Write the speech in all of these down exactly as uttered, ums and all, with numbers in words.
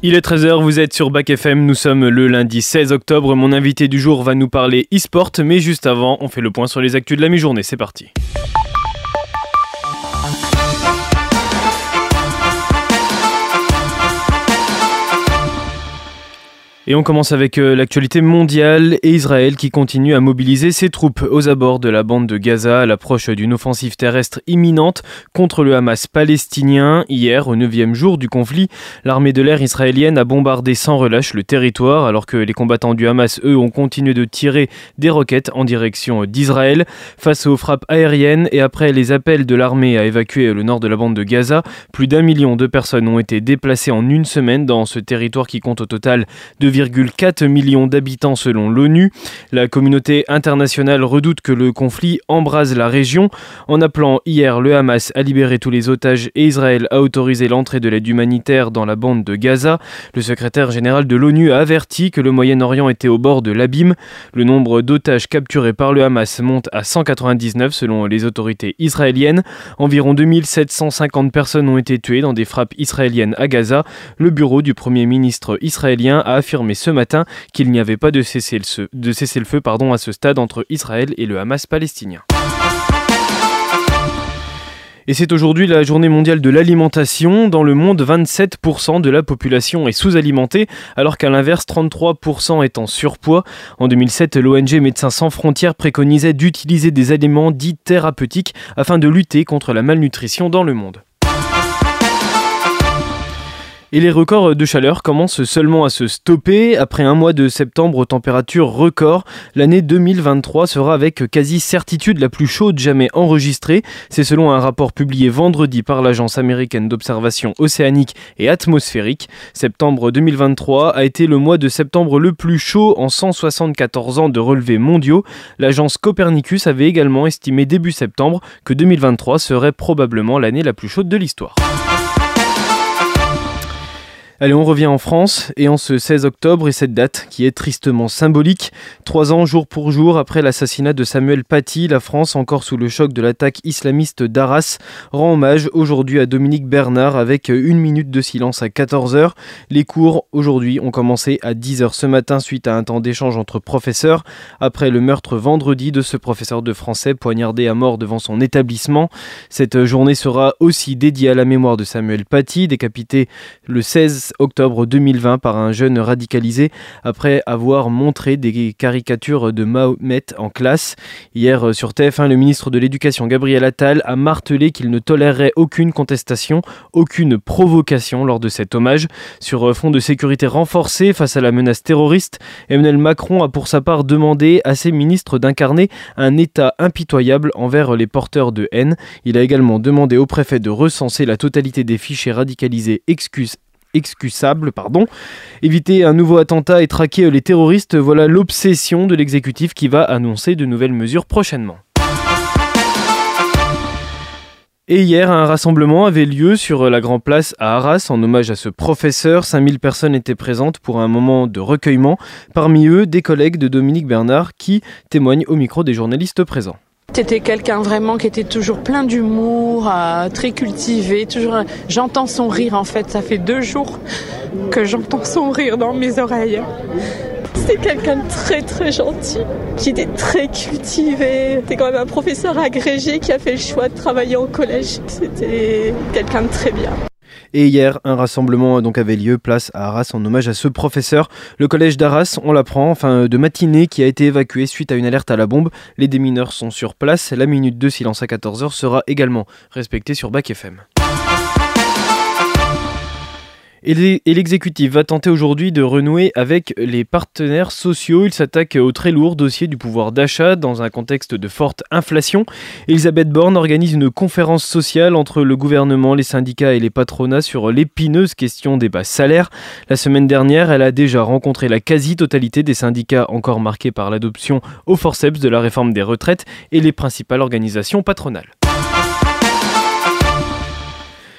Il est treize heures, vous êtes sur Bac F M, nous sommes le lundi seize octobre. Mon invité du jour va nous parler e-sport, mais juste avant, on fait le point sur les actus de la mi-journée, c'est parti. Et on commence avec euh, l'actualité mondiale et Israël qui continue à mobiliser ses troupes aux abords de la bande de Gaza à l'approche d'une offensive terrestre imminente contre le Hamas palestinien. Hier, au neuvième jour du conflit, l'armée de l'air israélienne a bombardé sans relâche le territoire alors que les combattants du Hamas, eux, ont continué de tirer des roquettes en direction d'Israël. Face aux frappes aériennes et après les appels de l'armée à évacuer le nord de la bande de Gaza, plus d'un million de personnes ont été déplacées en une semaine dans ce territoire qui compte au total deux virgule quatre millions d'habitants selon l'ONU. La communauté internationale redoute que le conflit embrase la région. En appelant hier le Hamas à libérer tous les otages et Israël a autorisé l'entrée de l'aide humanitaire dans la bande de Gaza, le secrétaire général de l'ONU a averti que le Moyen-Orient était au bord de l'abîme. Le nombre d'otages capturés par le Hamas monte à cent quatre-vingt-dix-neuf selon les autorités israéliennes. Environ deux mille sept cent cinquante personnes ont été tuées dans des frappes israéliennes à Gaza. Le bureau du Premier ministre israélien a affirmé ce matin qu'il n'y avait pas de cessez-le-feu de cessez-le-feu, pardon, à ce stade entre Israël et le Hamas palestinien. Et c'est aujourd'hui la journée mondiale de l'alimentation. Dans le monde, vingt-sept pour cent de la population est sous-alimentée, alors qu'à l'inverse, trente-trois pour cent est en surpoids. En deux mille sept, l'O N G Médecins sans frontières préconisait d'utiliser des aliments dits thérapeutiques afin de lutter contre la malnutrition dans le monde. Et les records de chaleur commencent seulement à se stopper. Après un mois de septembre aux températures records, l'année deux mille vingt-trois sera avec quasi-certitude la plus chaude jamais enregistrée. C'est selon un rapport publié vendredi par l'Agence américaine d'observation océanique et atmosphérique. Septembre deux mille vingt-trois a été le mois de septembre le plus chaud en cent soixante-quatorze ans de relevés mondiaux. L'agence Copernicus avait également estimé début septembre que deux mille vingt-trois serait probablement l'année la plus chaude de l'histoire. Allez, on revient en France et en ce seize octobre et cette date qui est tristement symbolique. Trois ans jour pour jour après l'assassinat de Samuel Paty, la France, encore sous le choc de l'attaque islamiste d'Arras, rend hommage aujourd'hui à Dominique Bernard avec une minute de silence à quatorze heures. Les cours aujourd'hui ont commencé à dix heures ce matin suite à un temps d'échange entre professeurs après le meurtre vendredi de ce professeur de français poignardé à mort devant son établissement. Cette journée sera aussi dédiée à la mémoire de Samuel Paty, décapité le seize octobre deux mille vingt par un jeune radicalisé après avoir montré des caricatures de Mahomet en classe. Hier sur T F un, le ministre de l'Éducation Gabriel Attal a martelé qu'il ne tolérerait aucune contestation, aucune provocation lors de cet hommage. Sur fond de sécurité renforcée face à la menace terroriste, Emmanuel Macron a pour sa part demandé à ses ministres d'incarner un État impitoyable envers les porteurs de haine. Il a également demandé au préfet de recenser la totalité des fichiers radicalisés excuse excusable, pardon. Éviter un nouveau attentat et traquer les terroristes, voilà l'obsession de l'exécutif qui va annoncer de nouvelles mesures prochainement. Et hier, un rassemblement avait lieu sur la Grand Place à Arras en hommage à ce professeur. cinq mille personnes étaient présentes pour un moment de recueillement. Parmi eux, des collègues de Dominique Bernard qui témoignent au micro des journalistes présents. C'était quelqu'un vraiment qui était toujours plein d'humour, euh, très cultivé. Toujours, j'entends son rire en fait. Ça fait deux jours que j'entends son rire dans mes oreilles. C'était quelqu'un de très très gentil, qui était très cultivé. C'était quand même un professeur agrégé qui a fait le choix de travailler au collège. C'était quelqu'un de très bien. Et hier, un rassemblement donc avait lieu place à Arras en hommage à ce professeur. Le collège d'Arras, on l'apprend, enfin de matinée, qui a été évacué suite à une alerte à la bombe. Les démineurs sont sur place. La minute de silence à quatorze heures sera également respectée sur Bac F M. Et l'exécutif va tenter aujourd'hui de renouer avec les partenaires sociaux. Il s'attaque au très lourd dossier du pouvoir d'achat dans un contexte de forte inflation. Elisabeth Borne organise une conférence sociale entre le gouvernement, les syndicats et les patronats sur l'épineuse question des bas salaires. La semaine dernière, elle a déjà rencontré la quasi-totalité des syndicats encore marqués par l'adoption au forceps de la réforme des retraites et les principales organisations patronales.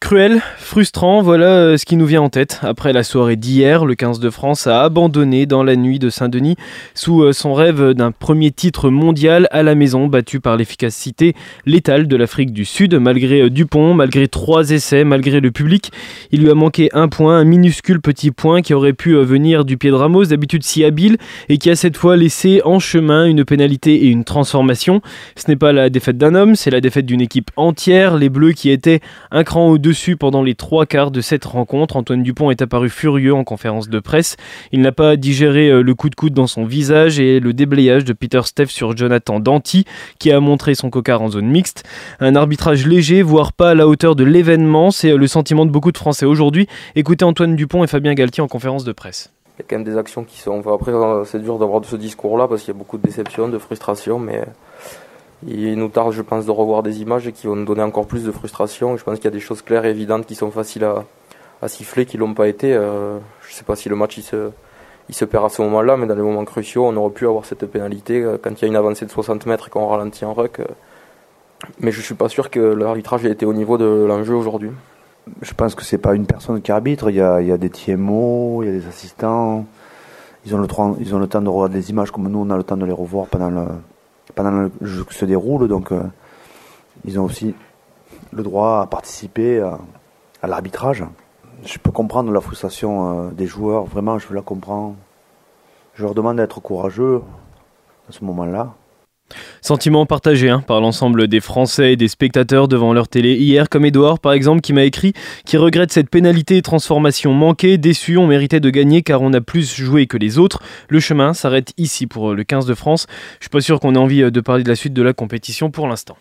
Cruel, frustrant, voilà ce qui nous vient en tête. Après la soirée d'hier, le quinze de France a abandonné dans la nuit de Saint-Denis sous son rêve d'un premier titre mondial à la maison, battu par l'efficacité létale de l'Afrique du Sud. Malgré Dupont, malgré trois essais, malgré le public, il lui a manqué un point, un minuscule petit point qui aurait pu venir du pied de Ramos, d'habitude si habile, et qui a cette fois laissé en chemin une pénalité et une transformation. Ce n'est pas la défaite d'un homme, c'est la défaite d'une équipe entière. Les Bleus qui étaient un cran au-dessus pendant les trois quarts de cette rencontre. Antoine Dupont est apparu furieux en conférence de presse. Il n'a pas digéré le coup de coude dans son visage et le déblayage de Peter Steff sur Jonathan Danty, qui a montré son cocard en zone mixte. Un arbitrage léger, voire pas à la hauteur de l'événement, c'est le sentiment de beaucoup de Français aujourd'hui. Écoutez Antoine Dupont et Fabien Galtier en conférence de presse. Il y a quand même des actions qui sont... Enfin, après, c'est dur d'avoir ce discours-là parce qu'il y a beaucoup de déception, de frustration, mais il nous tarde, je pense, de revoir des images qui vont nous donner encore plus de frustration. Je pense qu'il y a des choses claires et évidentes qui sont faciles à, à siffler, qui ne l'ont pas été. Euh, je ne sais pas si le match il se, il se perd à ce moment-là, mais dans les moments cruciaux, on aurait pu avoir cette pénalité quand il y a une avancée de soixante mètres et qu'on ralentit en ruck. Mais je ne suis pas sûr que l'arbitrage ait été au niveau de l'enjeu aujourd'hui. Je pense que c'est pas une personne qui arbitre, il y a, il y a des T M O, il y a des assistants, ils ont, le, ils ont le temps de regarder les images comme nous on a le temps de les revoir pendant le, pendant le jeu qui se déroule, donc euh, ils ont aussi le droit à participer à, à l'arbitrage. Je peux comprendre la frustration euh, des joueurs, vraiment je la comprends. Je leur demande d'être courageux à ce moment-là. Sentiment partagé hein, par l'ensemble des Français et des spectateurs devant leur télé hier, comme Edouard par exemple qui m'a écrit, qui regrette cette pénalité et transformation manquée. Déçu, on méritait de gagner car on a plus joué que les autres. Le chemin s'arrête ici pour le quinze de France. Je suis pas sûr qu'on ait envie de parler de la suite de la compétition pour l'instant.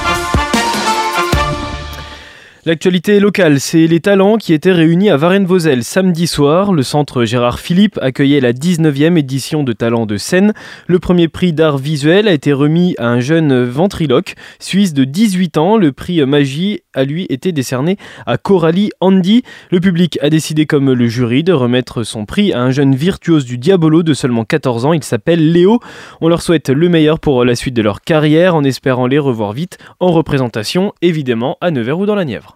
L'actualité locale, c'est les talents qui étaient réunis à Varennes-Vauzelles samedi soir. Le centre Gérard Philippe accueillait la dix-neuvième édition de Talents de scène. Le premier prix d'art visuel a été remis à un jeune ventriloque suisse de dix-huit ans. Le prix Magie a lui été décerné à Coralie Andy. Le public a décidé comme le jury de remettre son prix à un jeune virtuose du diabolo de seulement quatorze ans. Il s'appelle Léo. On leur souhaite le meilleur pour la suite de leur carrière en espérant les revoir vite en représentation, évidemment à Nevers ou dans la Nièvre.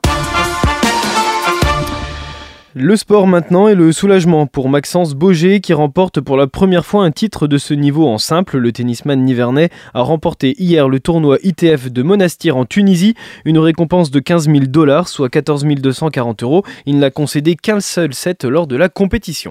Le sport maintenant et le soulagement pour Maxence Bauger qui remporte pour la première fois un titre de ce niveau en simple. Le tennisman nivernais a remporté hier le tournoi I T F de Monastir en Tunisie, une récompense de quinze mille dollars, soit quatorze mille deux cent quarante euros. Il n'a concédé qu'un seul set lors de la compétition.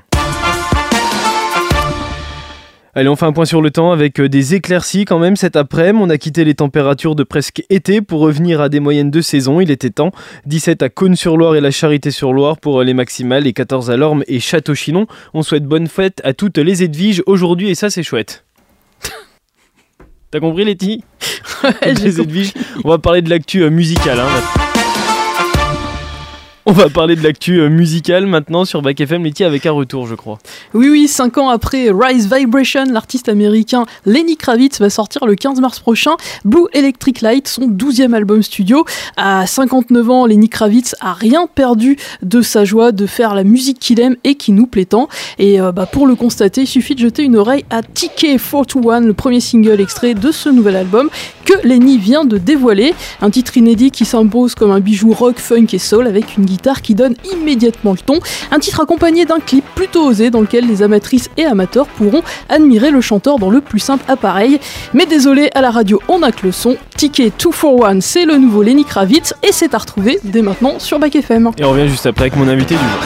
Allez, on fait un point sur le temps avec des éclaircies quand même cet après-midi. On a quitté les températures de presque été pour revenir à des moyennes de saison. Il était temps. dix-sept à Cosne-sur-Loire et la Charité-sur-Loire pour les maximales et quatorze à Lorme et Château-Chinon. On souhaite bonne fête à toutes les Edviges aujourd'hui et ça c'est chouette. T'as compris Letty? Ouais, les Edviges. On va parler de l'actu musicale. Hein, On va parler de l'actu musicale maintenant sur Bac F M, Letty, avec un retour, je crois. Oui, oui, cinq ans après Rise Vibration, l'artiste américain Lenny Kravitz va sortir le quinze mars prochain Blue Electric Light, son douzième album studio. À cinquante-neuf ans, Lenny Kravitz a rien perdu de sa joie de faire la musique qu'il aime et qui nous plaît tant. Et euh, bah, pour le constater, il suffit de jeter une oreille à T K quatre vingt et un, le premier single extrait de ce nouvel album que Lenny vient de dévoiler. Un titre inédit qui s'impose comme un bijou rock, funk et soul avec une guitare qui donne immédiatement le ton. Un titre accompagné d'un clip plutôt osé dans lequel les amatrices et amateurs pourront admirer le chanteur dans le plus simple appareil. Mais désolé, à la radio on n'a que le son. T K deux quatre un, c'est le nouveau Lenny Kravitz et c'est à retrouver dès maintenant sur Bac F M. Et on revient juste après avec mon invité du jour.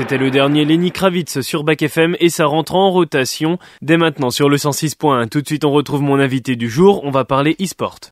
C'était le dernier Lenny Kravitz sur Back F M et ça rentre en rotation dès maintenant sur le cent six point un. Tout de suite, on retrouve mon invité du jour. On va parler e-sport.